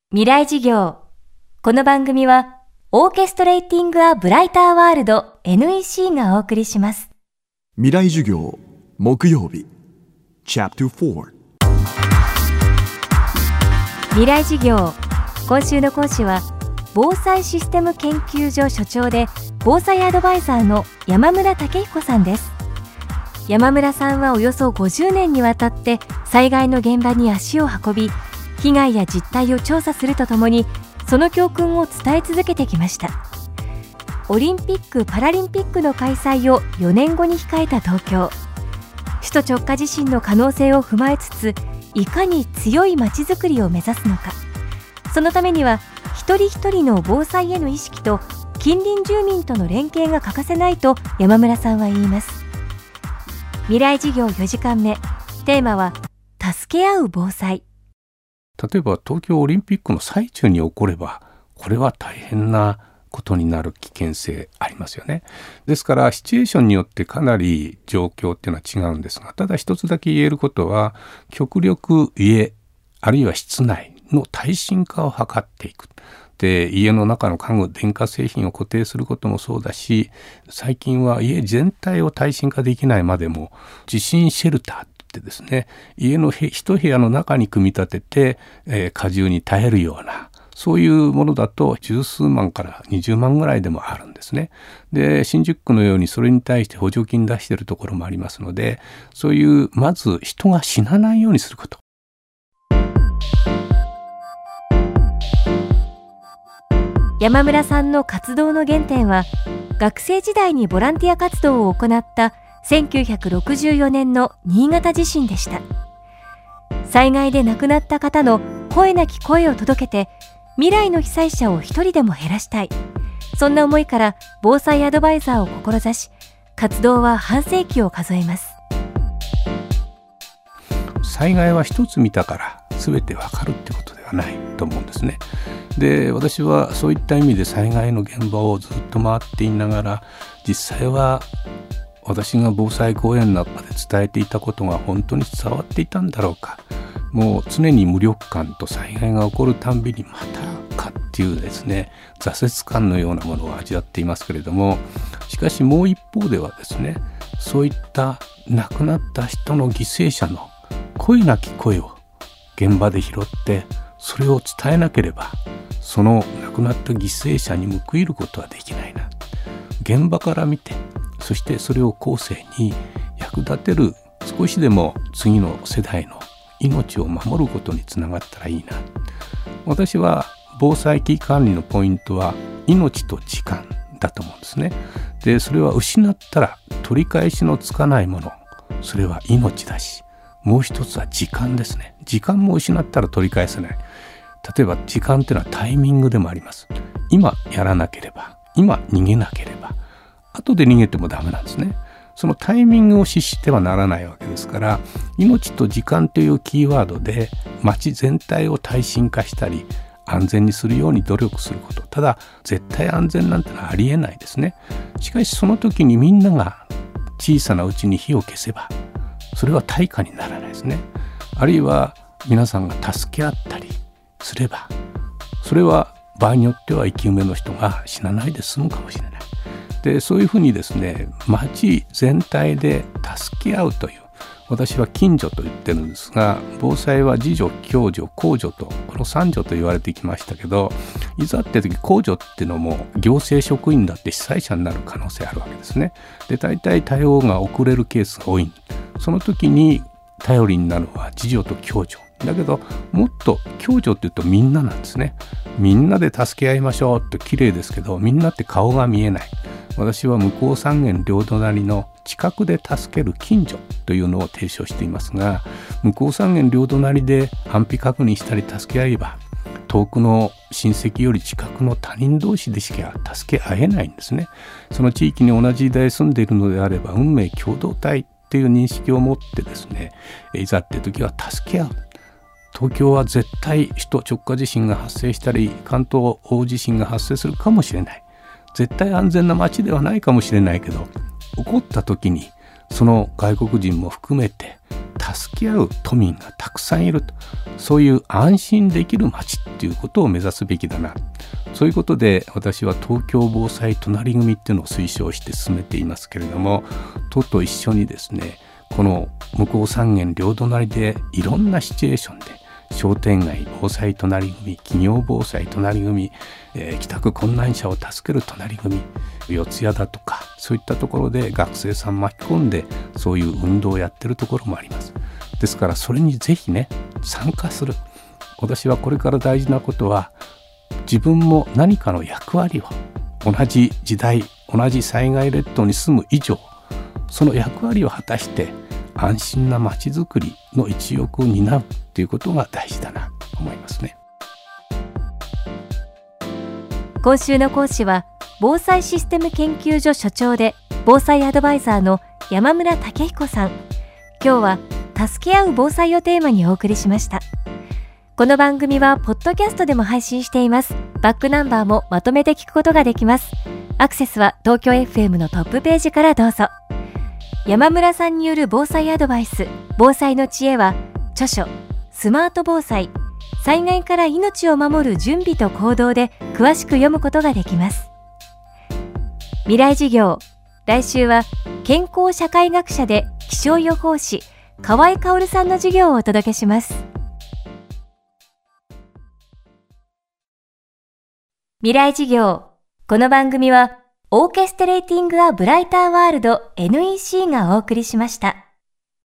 未来事業。この番組はオーケストレーティング・ア・ブライター・ワールド NEC がお送りします。 未来事業木曜日チャプター4 未来事業。今週の講師は防災システム研究所所長で防災アドバイザーの山村武彦さんです。山村さんはおよそ50年にわたって災害の現場に足を運び、被害や実態を調査するとともにその教訓を伝え続けてきました。オリンピック・パラリンピックの開催を4年後に控えた東京。首都直下地震の可能性を踏まえつつ、いかに強いまちづくりを目指すのか。そのためには一人一人の防災への意識と近隣住民との連携が欠かせないと山村さんは言います。未来事業4時間目、テーマは助け合う防災。 例えば東京オリンピックの最中に起これば、これは大変なことになる危険性ありますよね。ですからシチュエーションによってかなり状況っていうのは違うんですが、ただ一つだけ言えることは、極力家あるいは室内の耐震化を図っていく。で、家の中の家具電化製品を固定することもそうだし、最近は家全体を耐震化できないまでも地震シェルターってですね、家の一部屋の中に組み立てて、荷重に耐えるような、そういうものだと十数万から20万ぐらいでもあるんですね。で、新宿区のようにそれに対して補助金出しているところもありますので、そういうまず人が死なないようにすること。 山村さんの活動の原点は、学生時代にボランティア活動を行った1964年の新潟地震でした。災害で亡くなった方の声なき声を届けて、未来の被災者を一人でも減らしたい。そんな思いから防災アドバイザーを志し、活動は半世紀を数えます。 災害は一つ見たから全てわかるってことではないと思うんですね。で、私はそういった意味で災害の現場をずっと回っていながら、実際は私が防災講演の中で伝えていたことが本当に伝わっていたんだろうか。もう常に無力感と災害が起こるたんびにまたかっていうですね、挫折感のようなものを味わっていますけれども、しかしもう一方ではですね、そういった亡くなった人の犠牲者の声なき声を現場で拾って、それを伝えなければその亡くなった犠牲者に報いることはできないな。現場から見て、そしてそれを後世に役立てる、少しでも次の世代の命を守ることにつながったらいいな。私は防災危機管理のポイントは命と時間だと思うんですね。で、それは失ったら取り返しのつかないもの、それは命だし、もう一つは時間ですね。時間も失ったら取り返せない。例えば時間というのはタイミングでもあります。今やらなければ、今逃げなければ、後で逃げてもダメなんですね。そのタイミングを失してはならないわけですから、命と時間というキーワードで街全体を耐震化したり安全にするように努力すること。ただ絶対安全なんてのはありえないですね。しかしその時にみんなが小さなうちに火を消せば、それは対価にならないですね。あるいは皆さんが助け合ったりすれば、それは場合によっては生き埋めの人が死なないで済むかもしれない。で、そういうふうにですね、町全体で助け合うという、私は近所と言ってるんですが、防災は自助、共助、公助と、この三助と言われてきましたけど、いざって時公助っていうのも行政職員だって被災者になる可能性あるわけですね。で、大体対応が遅れるケースが多い。その時に頼りになるのは自助と共助だけど、もっと共助って言うとみんななんですね。みんなで助け合いましょうって綺麗ですけど、みんなって顔が見えない。私は向こう三軒両隣の近くで助ける近所というのを提唱していますが、向こう三軒両隣で安否確認したり助け合えば、遠くの親戚より近くの他人同士でしか助け合えないんですね。その地域に同じ時代住んでいるのであれば、運命共同体という認識を持ってですね、いざって時は助け合う。東京は絶対首都直下地震が発生したり、関東大地震が発生するかもしれない。絶対安全な街ではないかもしれないけど、起こった時にその外国人も含めて助け合う都民がたくさんいると、そういう安心できる街っていうことを目指すべきだな、そういうことで私は東京防災隣組っていうのを推奨して進めていますけれども、都と一緒にですね、この向こう三軒両隣でいろんなシチュエーションで商店街防災隣組、企業防災隣組、帰宅困難者を助ける隣組、四谷だとかそういったところで学生さん巻き込んでそういう運動をやってるところもあります。ですからそれにぜひね参加する。私はこれから大事なことは、自分も何かの役割を、同じ時代同じ災害列島に住む以上、その役割を果たして安心な街づくりの一翼を担うということが大事だなと思いますね。 今週の講師は防災システム研究所所長で防災アドバイザーの山村武彦さん。今日は助け合う防災をテーマにお送りしました。この番組はポッドキャストでも配信しています。バックナンバーもまとめて聞くことができます。アクセスは東京 FM のトップページからどうぞ。山村さんによる防災アドバイス、防災の知恵は著書スマート防災、災害から命を守る準備と行動で詳しく読むことができます。未来授業、来週は健康社会学者で気象予報士河合薫さんの授業をお届けします。未来授業、この番組はオーケストレーティング・ア・ブライター・ワールド NEC がお送りしました。